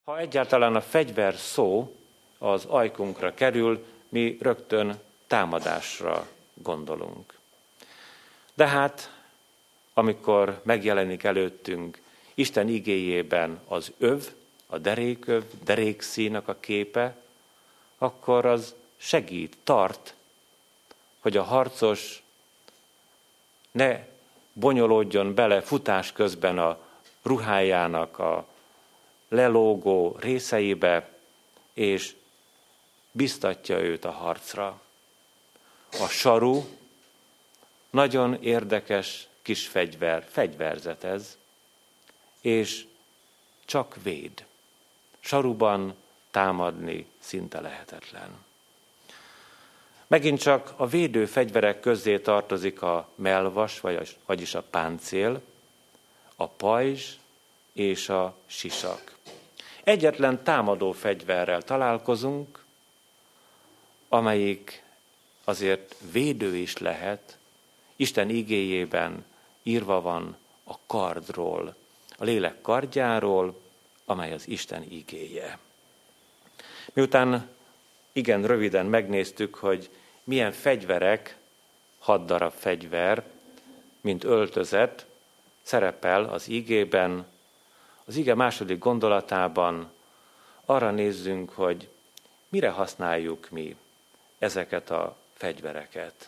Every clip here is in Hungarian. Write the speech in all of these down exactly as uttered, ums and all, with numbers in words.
Ha egyáltalán a fegyver szó az ajkunkra kerül, mi rögtön támadásra gondolunk. De hát, amikor megjelenik előttünk Isten igéjében az öv, a deréköv, derékszínak a képe, akkor az segít, tart, hogy a harcos ne bonyolódjon bele futás közben a ruhájának a lelógó részeibe, és biztatja őt a harcra. A saru nagyon érdekes kis fegyver, fegyverzet ez, és csak véd. Saruban támadni szinte lehetetlen. Megint csak a védő fegyverek közé tartozik a mellvas, vagyis a páncél, a pajzs és a sisak. Egyetlen támadó fegyverrel találkozunk, amelyik azért védő is lehet. Isten igéjében írva van a kardról, a lélek kardjáról, amely az Isten igéje. Miután igen röviden megnéztük, hogy milyen fegyverek, hat darab fegyver, mint öltözet, szerepel az igében, az ige második gondolatában arra nézzünk, hogy mire használjuk mi ezeket a fegyvereket.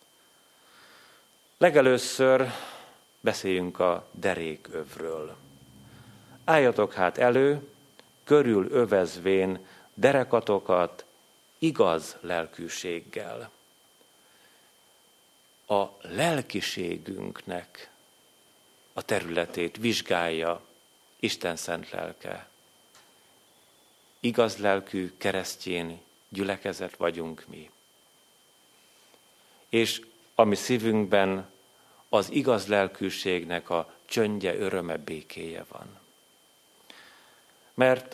Legelőször beszéljünk a derékövről. Álljatok hát elő, körül övezvén derekatokat igaz lelkűséggel. A lelkiségünknek a területét vizsgálja Isten szent lelke. Igaz lelkű keresztény gyülekezet vagyunk mi. És a mi szívünkben az igaz lelkűségnek a csöndje, öröme, békéje van. Mert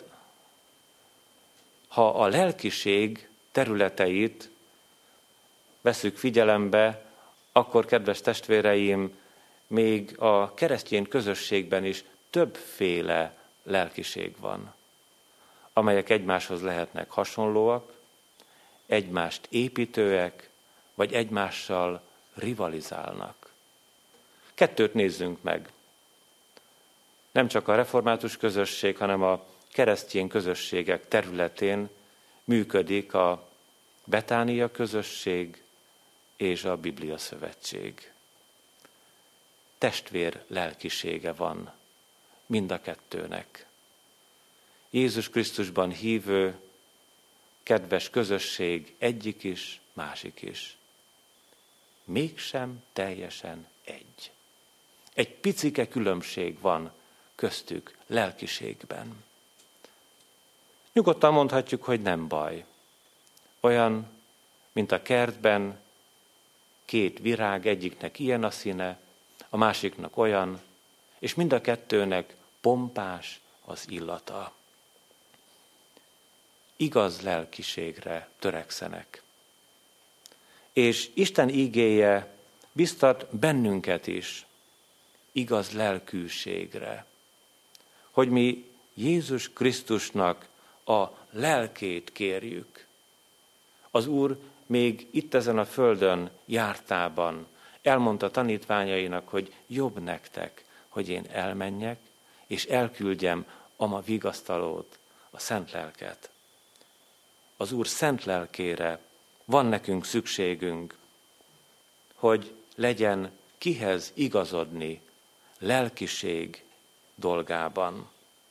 ha a lelkiség területeit veszük figyelembe, akkor, kedves testvéreim, még a keresztény közösségben is többféle lelkiség van, amelyek egymáshoz lehetnek hasonlóak, egymást építőek, vagy egymással rivalizálnak. Kettőt nézzünk meg. Nem csak a református közösség, hanem a keresztény közösségek területén működik a Betánia közösség és a Biblia szövetség. Testvér lelkisége van mind a kettőnek. Jézus Krisztusban hívő, kedves közösség egyik is, másik is. Mégsem teljesen egy. Egy picike különbség van köztük lelkiségben. Nyugodtan mondhatjuk, hogy nem baj. Olyan, mint a kertben két virág, egyiknek ilyen a színe, a másiknak olyan, és mind a kettőnek pompás az illata. Igaz lelkiségre törekszenek. És Isten igéje biztat bennünket is igaz lelkűségre, hogy mi Jézus Krisztusnak a lelkét kérjük. Az Úr még itt ezen a földön jártában elmondta tanítványainak, hogy jobb nektek, hogy én elmenjek, és elküldjem a ma vigasztalót, a szent lelket. Az Úr szent lelkére van nekünk szükségünk, hogy legyen kihez igazodni lelkiség dolgában.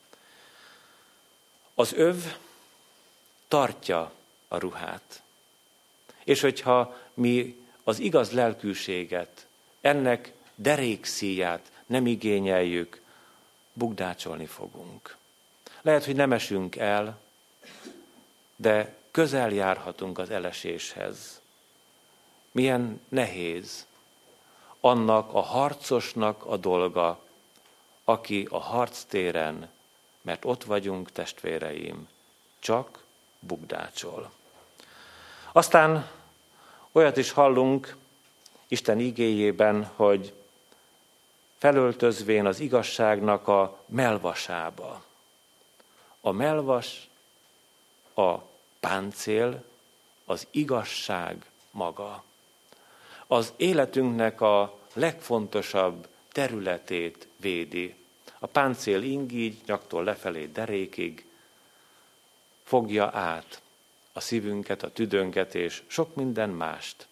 Az öv tartja a ruhát. És hogyha mi az igaz lelkűséget, ennek derékszíját nem igényeljük, bugdácsolni fogunk. Lehet, hogy nem esünk el, de közel járhatunk az eleséshez. Milyen nehéz annak a harcosnak a dolga, aki a harctéren, mert ott vagyunk, testvéreim, csak bugdácsol. Aztán olyat is hallunk Isten igéjében, hogy felöltözvén az igazságnak a mellvasába, A mellvas, a páncél, az igazság maga. Az életünknek a legfontosabb területét védi. A páncél ingigy, nyaktól lefelé derékig fogja át a szívünket, a tüdőnket és sok minden mást.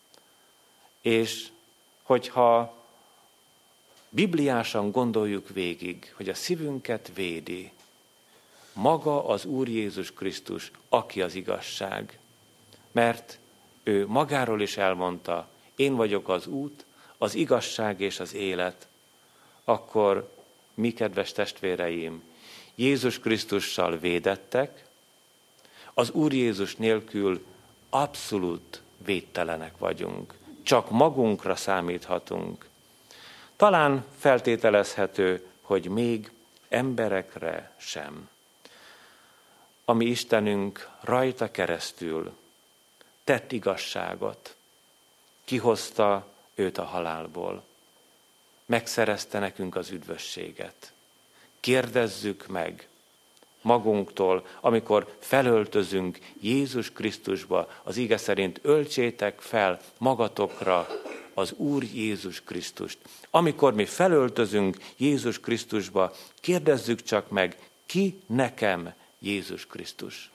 És hogyha bibliásan gondoljuk végig, hogy a szívünket védi, maga az Úr Jézus Krisztus, aki az igazság. Mert ő magáról is elmondta, én vagyok az út, az igazság és az élet. Akkor mi, kedves testvéreim, Jézus Krisztussal védettek, az Úr Jézus nélkül abszolút védtelenek vagyunk. Csak magunkra számíthatunk. Talán feltételezhető, hogy még emberekre sem. A mi Istenünk rajta keresztül tett igazságot, kihozta őt a halálból, megszerezte nekünk az üdvösséget. Kérdezzük meg magunktól, amikor felöltözünk Jézus Krisztusba, az ige szerint öltsétek fel magatokra az Úr Jézus Krisztust. Amikor mi felöltözünk Jézus Krisztusba, kérdezzük csak meg, ki nekem Jézus Krisztus?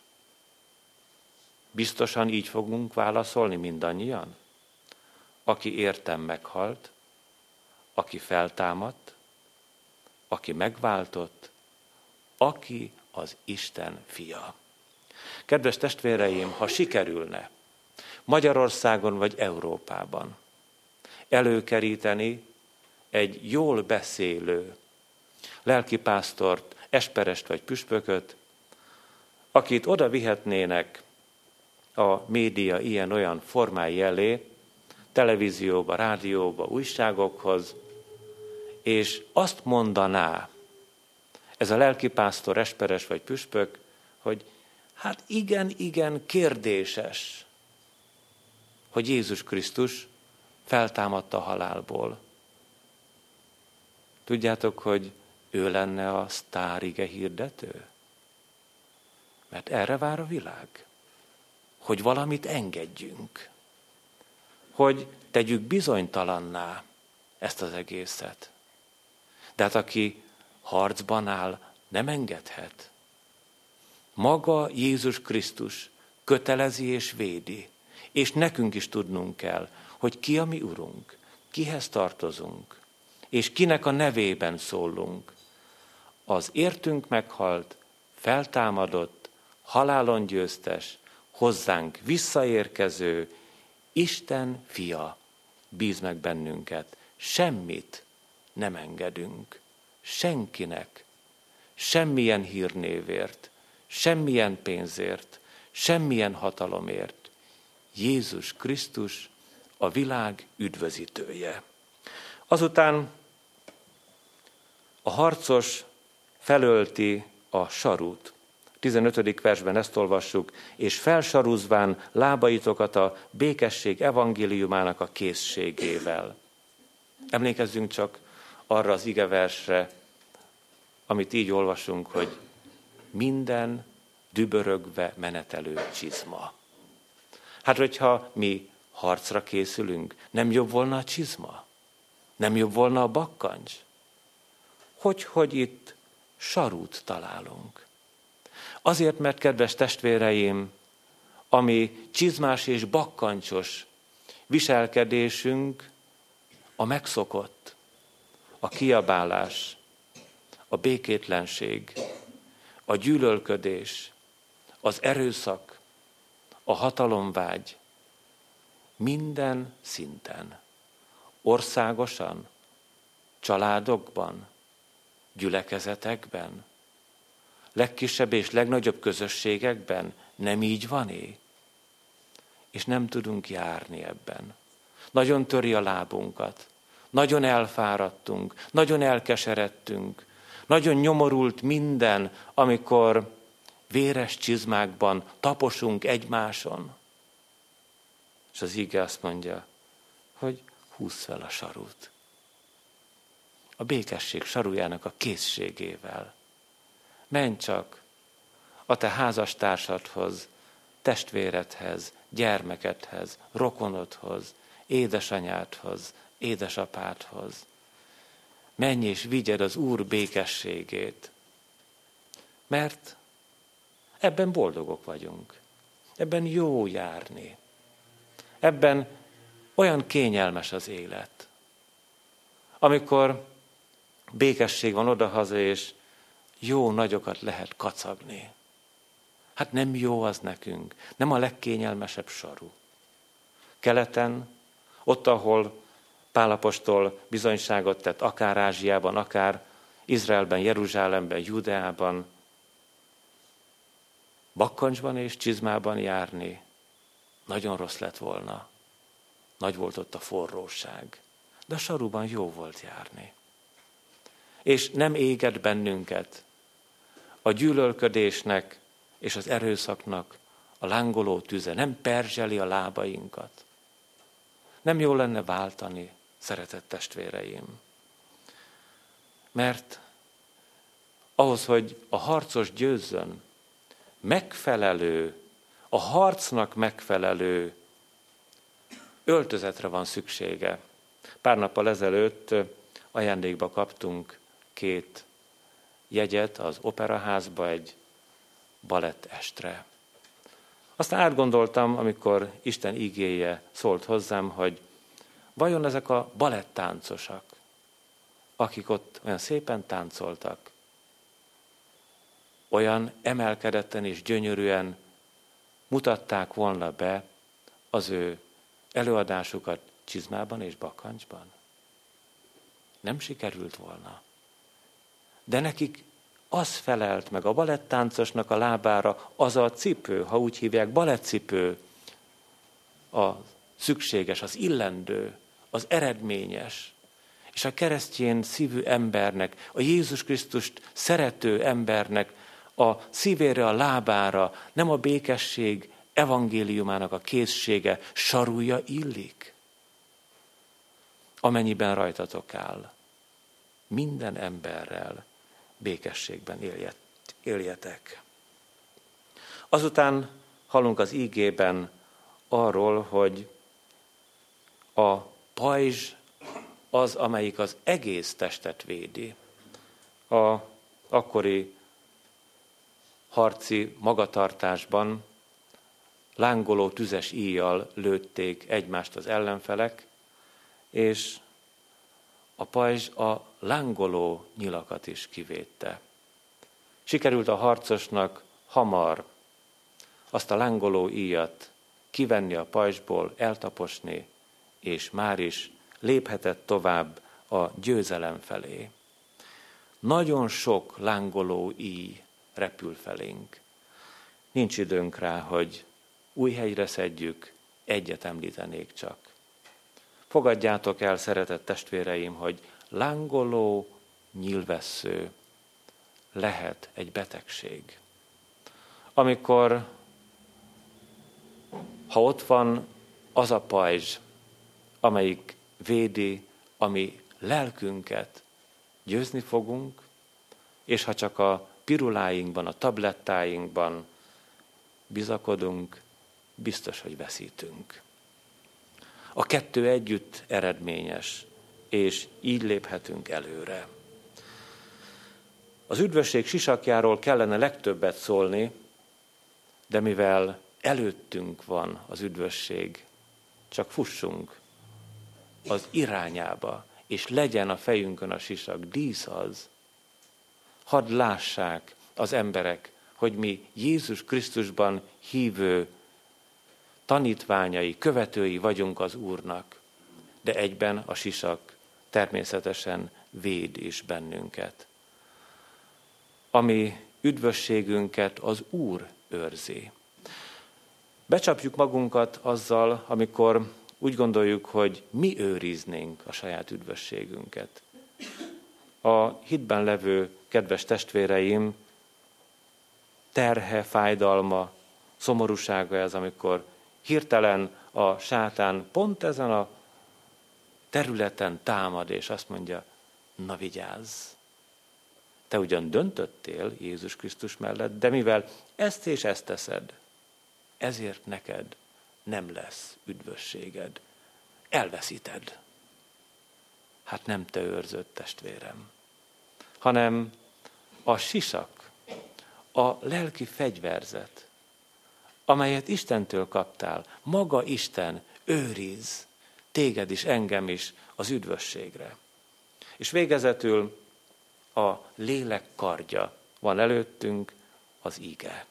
Biztosan így fogunk válaszolni mindannyian? Aki értem meghalt, aki feltámadt, aki megváltott, aki az Isten fia. Kedves testvéreim, ha sikerülne Magyarországon vagy Európában előkeríteni egy jól beszélő lelkipásztort, esperest vagy püspököt, akit oda vihetnének a média ilyen-olyan formái elé, televízióba, rádióba, újságokhoz, és azt mondaná ez a lelkipásztor, esperes vagy püspök, hogy hát igen, igen, kérdéses, hogy Jézus Krisztus feltámadta a halálból. Tudjátok, hogy ő lenne a sztárige hirdető? Mert erre vár a világ, hogy valamit engedjünk, hogy tegyük bizonytalanná ezt az egészet. De hát aki harcban áll, nem engedhet. Maga Jézus Krisztus kötelezi és védi, és nekünk is tudnunk kell, hogy ki a mi Urunk, kihez tartozunk, és kinek a nevében szólunk. Az értünk meghalt, feltámadott, halálon győztes, hozzánk visszaérkező Isten fia bíz meg bennünket. Semmit nem engedünk, senkinek, semmilyen hírnévért, semmilyen pénzért, semmilyen hatalomért. Jézus Krisztus a világ üdvözítője. Azután a harcos felölti a sarút. tizenötödik versben ezt olvassuk, és felsarúzván lábaitokat a békesség evangéliumának a készségével. Emlékezzünk csak arra az igeversre, amit így olvasunk, hogy minden dübörögve menetelő csizma. Hát, hogyha mi harcra készülünk, nem jobb volna a csizma? Nem jobb volna a bakkancs? Hogy, hogy itt sarút találunk? Azért, mert, kedves testvéreim, ami csizmás és bakkancsos viselkedésünk a megszokott, a kiabálás, a békétlenség, a gyűlölködés, az erőszak, a hatalomvágy, minden szinten, országosan, családokban, gyülekezetekben, legkisebb és legnagyobb közösségekben nem így van-e? És nem tudunk járni ebben. Nagyon töri a lábunkat, nagyon elfáradtunk, nagyon elkeseredtünk, nagyon nyomorult minden, amikor véres csizmákban taposunk egymáson. És az ige azt mondja, hogy húzz fel a sarút. A békesség sarújának a készségével. Menj csak a te házastársadhoz, testvéredhez, gyermekedhez, rokonodhoz, édesanyádhoz, édesapádhoz. Menj és vigyed az Úr békességét, mert ebben boldogok vagyunk, ebben jó járni, ebben olyan kényelmes az élet, amikor békesség van odahaza, és jó nagyokat lehet kacagni. Hát nem jó az nekünk, nem a legkényelmesebb saru. Keleten, ott, ahol Pál apostol bizonyságot tett, akár Ázsiában, akár Izraelben, Jeruzsálemben, Judeában, bakkancsban és csizmában járni nagyon rossz lett volna. Nagy volt ott a forróság, de a saruban jó volt járni. És nem éget bennünket a gyűlölködésnek és az erőszaknak a lángoló tüze, nem perzseli a lábainkat. Nem jó lenne váltani, szeretett testvéreim. Mert ahhoz, hogy a harcos győzzön, megfelelő, a harcnak megfelelő öltözetre van szüksége. Pár nappal ezelőtt ajándékba kaptunk két jegyet az operaházba egy balett estre. Aztán átgondoltam, amikor Isten igéje szólt hozzám, hogy vajon ezek a baletttáncosak, akik ott olyan szépen táncoltak, olyan emelkedetten és gyönyörűen mutatták volna be az ő előadásukat csizmában és bakkancsban? Nem sikerült volna. De nekik az felelt meg a balettáncosnak a lábára, az a cipő, ha úgy hívják, balettcipő, a szükséges, az illendő, az eredményes. És a keresztjén szívű embernek, a Jézus Krisztust szerető embernek a szívére, a lábára nem a békesség evangéliumának a készsége, sarúja illik? Amennyiben rajtatok áll, minden emberrel békességben éljet, éljetek. Azután hallunk az ígében arról, hogy a pajzs az, amelyik az egész testet védi. A akkori harci magatartásban lángoló tüzes íjjal lőtték egymást az ellenfelek, és a pajzs a lángoló nyilakat is kivédte. Sikerült a harcosnak hamar azt a lángoló íjat kivenni a pajzsból, eltaposni, és már is léphetett tovább a győzelem felé. Nagyon sok lángoló íj repül felénk. Nincs időnk rá, hogy új hegyre szedjük, egyet említenék csak. Fogadjátok el, szeretett testvéreim, hogy lángoló nyílvessző lehet egy betegség. Amikor, ha ott van az a pajzs, amelyik védi, ami lelkünket, győzni fogunk, és ha csak a piruláinkban, a tablettáinkban bizakodunk, biztos, hogy veszítünk. A kettő együtt eredményes, és így léphetünk előre. Az üdvösség sisakjáról kellene legtöbbet szólni, de mivel előttünk van az üdvösség, csak fussunk az irányába, és legyen a fejünkön a sisak, dísz az. Hadd lássák az emberek, hogy mi Jézus Krisztusban hívő tanítványai, követői vagyunk az Úrnak, de egyben a sisak természetesen véd is bennünket. Ami üdvösségünket az Úr őrzi. Becsapjuk magunkat azzal, amikor úgy gondoljuk, hogy mi őriznénk a saját üdvösségünket. A hitben levő kedves testvéreim terhe, fájdalma, szomorúsága ez, amikor hirtelen a sátán pont ezen a területen támad, és azt mondja, na vigyázz, te ugyan döntöttél Jézus Krisztus mellett, de mivel ezt és ezt teszed, ezért neked nem lesz üdvösséged. Elveszíted. Hát nem te őrzöd, testvérem, hanem a sisak, a lelki fegyverzet, amelyet Istentől kaptál, maga Isten őriz téged is, engem is az üdvösségre. És végezetül a lélek kardja van előttünk, az ige.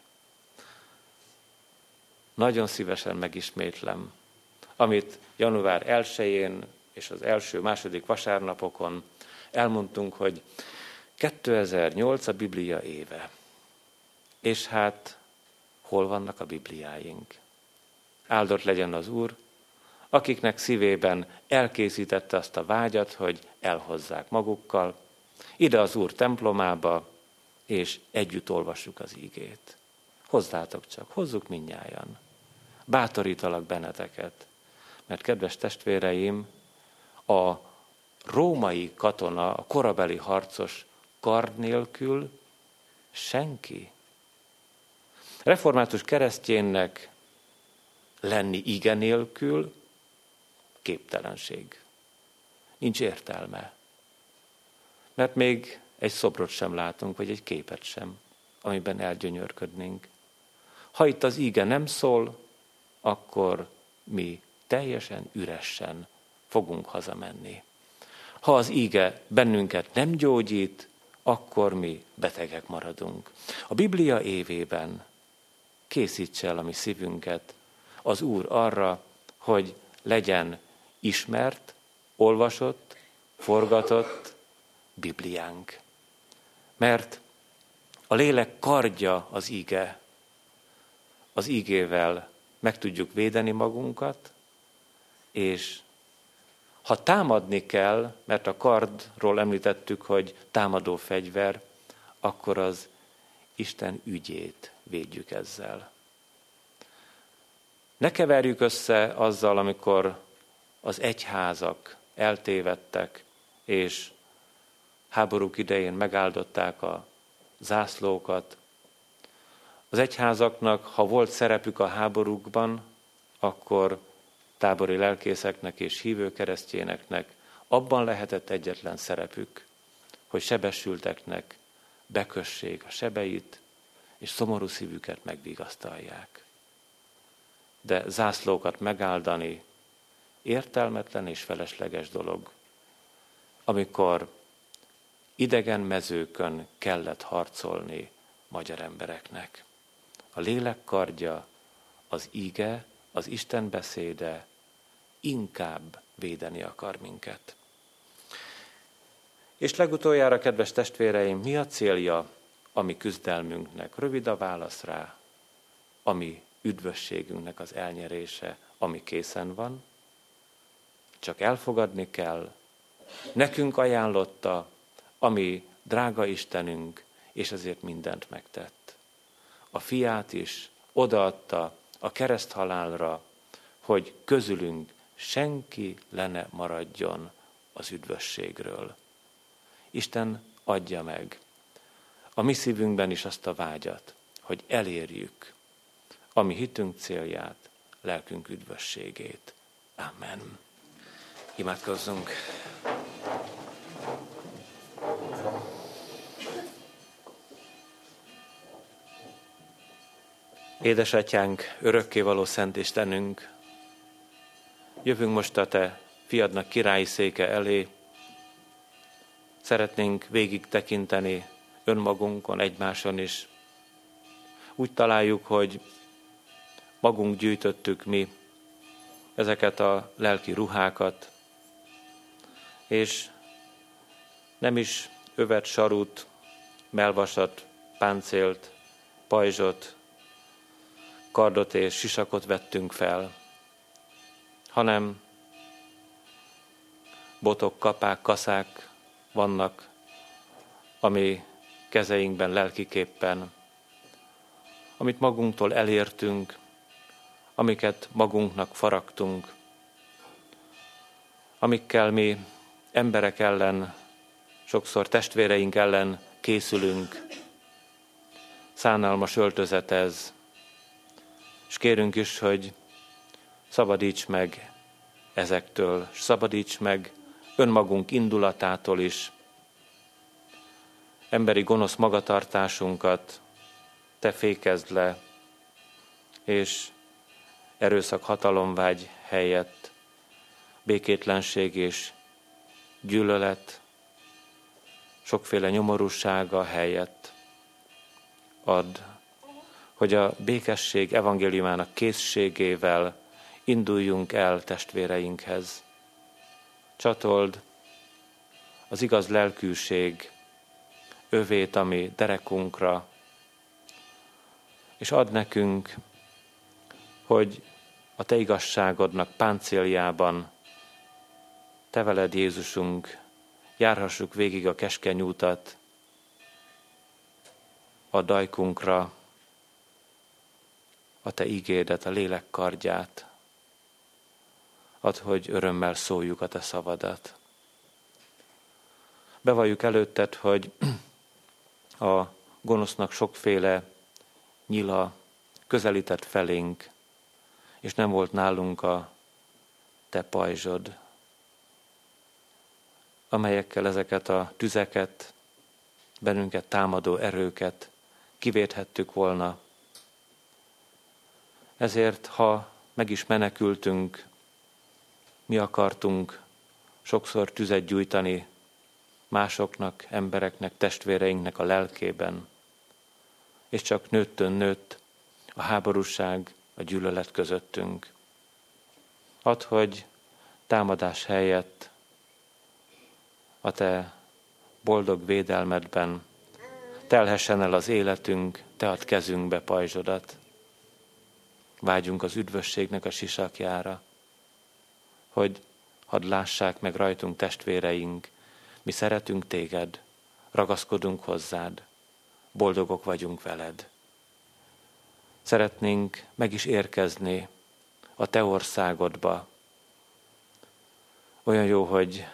Nagyon szívesen megismétlem, amit január elsején és az első-második vasárnapokon elmondtunk, hogy kétezer-nyolc a Biblia éve. És hát hol vannak a Bibliáink? Áldott legyen az Úr, akiknek szívében elkészítette azt a vágyat, hogy elhozzák magukkal, ide az Úr templomába, és együtt olvassuk az ígét. Hozzátok csak, hozzuk mindnyájan. Bátorítalak benneteket, mert kedves testvéreim, a római katona, a korabeli harcos kard nélkül senki. Református kereszténynek lenni ige nélkül képtelenség. Nincs értelme. Mert még egy szobrot sem látunk, vagy egy képet sem, amiben elgyönyörködnénk. Ha itt az ige nem szól, akkor mi teljesen üresen fogunk hazamenni. Ha az ige bennünket nem gyógyít, akkor mi betegek maradunk. A Biblia évében készítse el a mi szívünket az Úr arra, hogy legyen ismert, olvasott, forgatott Bibliánk. Mert a lélek kardja az ige. Az ígével meg tudjuk védeni magunkat, és ha támadni kell, mert a kardról említettük, hogy támadó fegyver, akkor az Isten ügyét védjük ezzel. Ne keverjük össze azzal, amikor az egyházak eltévedtek, és háborúk idején megáldották a zászlókat. Az egyházaknak, ha volt szerepük a háborúkban, akkor tábori lelkészeknek és hívő keresztényeknek abban lehetett egyetlen szerepük, hogy sebesülteknek bekössék a sebeit, és szomorú szívüket megvigasztalják. De zászlókat megáldani értelmetlen és felesleges dolog, amikor idegen mezőkön kellett harcolni magyar embereknek. A lélek kardja, az ige, az Isten beszéde inkább védeni akar minket. És legutoljára, kedves testvéreim, mi a célja a mi küzdelmünknek? Rövid a válasz rá. A mi üdvösségünknek az elnyerése, ami készen van, csak elfogadni kell. Nekünk ajánlotta, ami drága Istenünk, és ezért mindent megtett. A fiát is odaadta a kereszthalálra, hogy közülünk senki le ne maradjon az üdvösségről. Isten adja meg a mi szívünkben is azt a vágyat, hogy elérjük a mi hitünk célját, lelkünk üdvösségét. Amen. Imádkozzunk. Édesatyánk, örökkévaló Szent Istenünk, jövünk most a Te fiadnak királyi széke elé, szeretnénk végig tekinteni önmagunkon, egymáson is. Úgy találjuk, hogy magunk gyűjtöttük mi ezeket a lelki ruhákat, és nem is övet, sarut, mellvasat, páncélt, pajzsot, kardot és sisakot vettünk fel, hanem botok, kapák, kaszák vannak, ami kezeinkben lelkiképpen, amit magunktól elértünk, amiket magunknak faragtunk, amikkel mi emberek ellen, sokszor testvéreink ellen készülünk. Szánalmas öltözet ez, és kérünk is, hogy szabadíts meg ezektől, és szabadíts meg önmagunk indulatától is, emberi gonosz magatartásunkat te fékezd le, és erőszak, hatalomvágy helyett békétlenség és gyűlölet, sokféle nyomorúsága helyett add, hogy a békesség evangéliumának készségével induljunk el testvéreinkhez. Csatold az igaz lelkűség övét, ami derekunkra, és add nekünk, hogy a te igazságodnak páncéljában te veled, Jézusunk, járhassuk végig a keskeny utat, a dajkunkra, a te ígédet, a lélek kardját. Add, hogy örömmel szóljuk a te szavadat. Bevalljuk előtted, hogy a gonosznak sokféle nyila közelített felénk, és nem volt nálunk a te pajzsod, amelyekkel ezeket a tüzeket, bennünket támadó erőket kivéthettük volna. Ezért, ha meg is menekültünk, mi akartunk sokszor tüzet gyújtani másoknak, embereknek, testvéreinknek a lelkében, és csak nőttön nőtt a háborúság, a gyűlölet közöttünk. Add, hogy támadás helyett a te boldog védelmedben telhessen el az életünk, te add kezünkbe pajzsodat. Vágyunk az üdvösségnek a sisakjára, hogy hadd lássák meg rajtunk testvéreink, mi szeretünk téged, ragaszkodunk hozzád, boldogok vagyunk veled. Szeretnénk meg is érkezni a te országodba. Olyan jó, hogy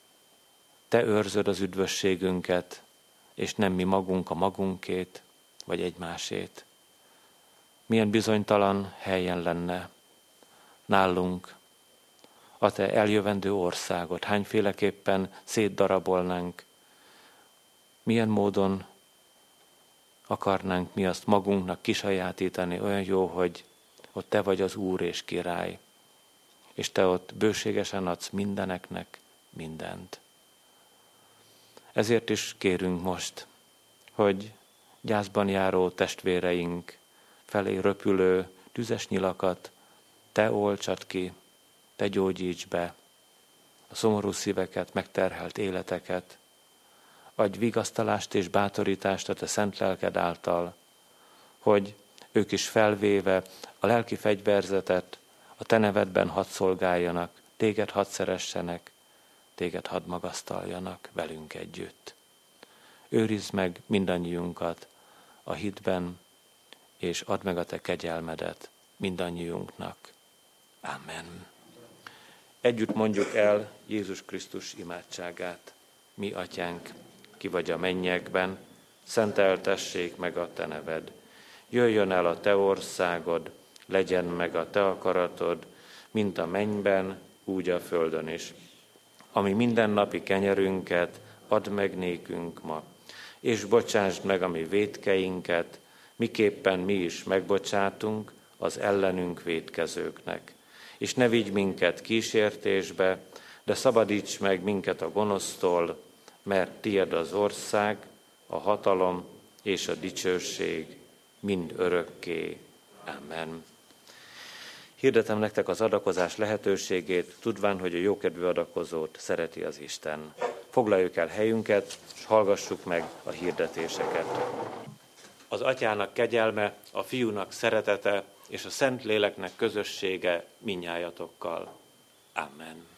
te őrzöd az üdvösségünket, és nem mi magunk a magunkét, vagy egymásét. Milyen bizonytalan helyen lenne nálunk a te eljövendő országot, hányféleképpen szétdarabolnánk, milyen módon akarnánk mi azt magunknak kisajátítani. Olyan jó, hogy ott te vagy az Úr és Király, és te ott bőségesen adsz mindeneknek mindent. Ezért is kérünk most, hogy gyászban járó testvéreink felé röpülő tüzes nyilakat te oltsad ki, te gyógyíts be a szomorú szíveket, megterhelt életeket, adj vigasztalást és bátorítást a te szent lelked által, hogy ők is felvéve a lelki fegyverzetet a te nevedben hadd szolgáljanak, téged hadd szeressenek, téged hadd magasztaljanak velünk együtt. Őrizd meg mindannyiunkat a hitben, és add meg a te kegyelmedet mindannyiunknak. Amen. Együtt mondjuk el Jézus Krisztus imádságát. Mi, Atyánk, ki vagy a mennyekben, szenteltessék meg a te neved. Jöjjön el a te országod, legyen meg a te akaratod, mint a mennyben, úgy a földön is. Ami mindennapi kenyerünket add meg nékünk ma, és bocsásd meg a mi vétkeinket, miképpen mi is megbocsátunk az ellenünk vétkezőknek. És ne vigy minket kísértésbe, de szabadíts meg minket a gonosztól, mert tied az ország, a hatalom és a dicsőség mind örökké. Amen. Hirdetem nektek az adakozás lehetőségét, tudván, hogy a jókedvű adakozót szereti az Isten. Foglaljuk el helyünket, és hallgassuk meg a hirdetéseket. Az Atyának kegyelme, a Fiúnak szeretete és a Szentléleknek közössége mindnyájatokkal. Amen.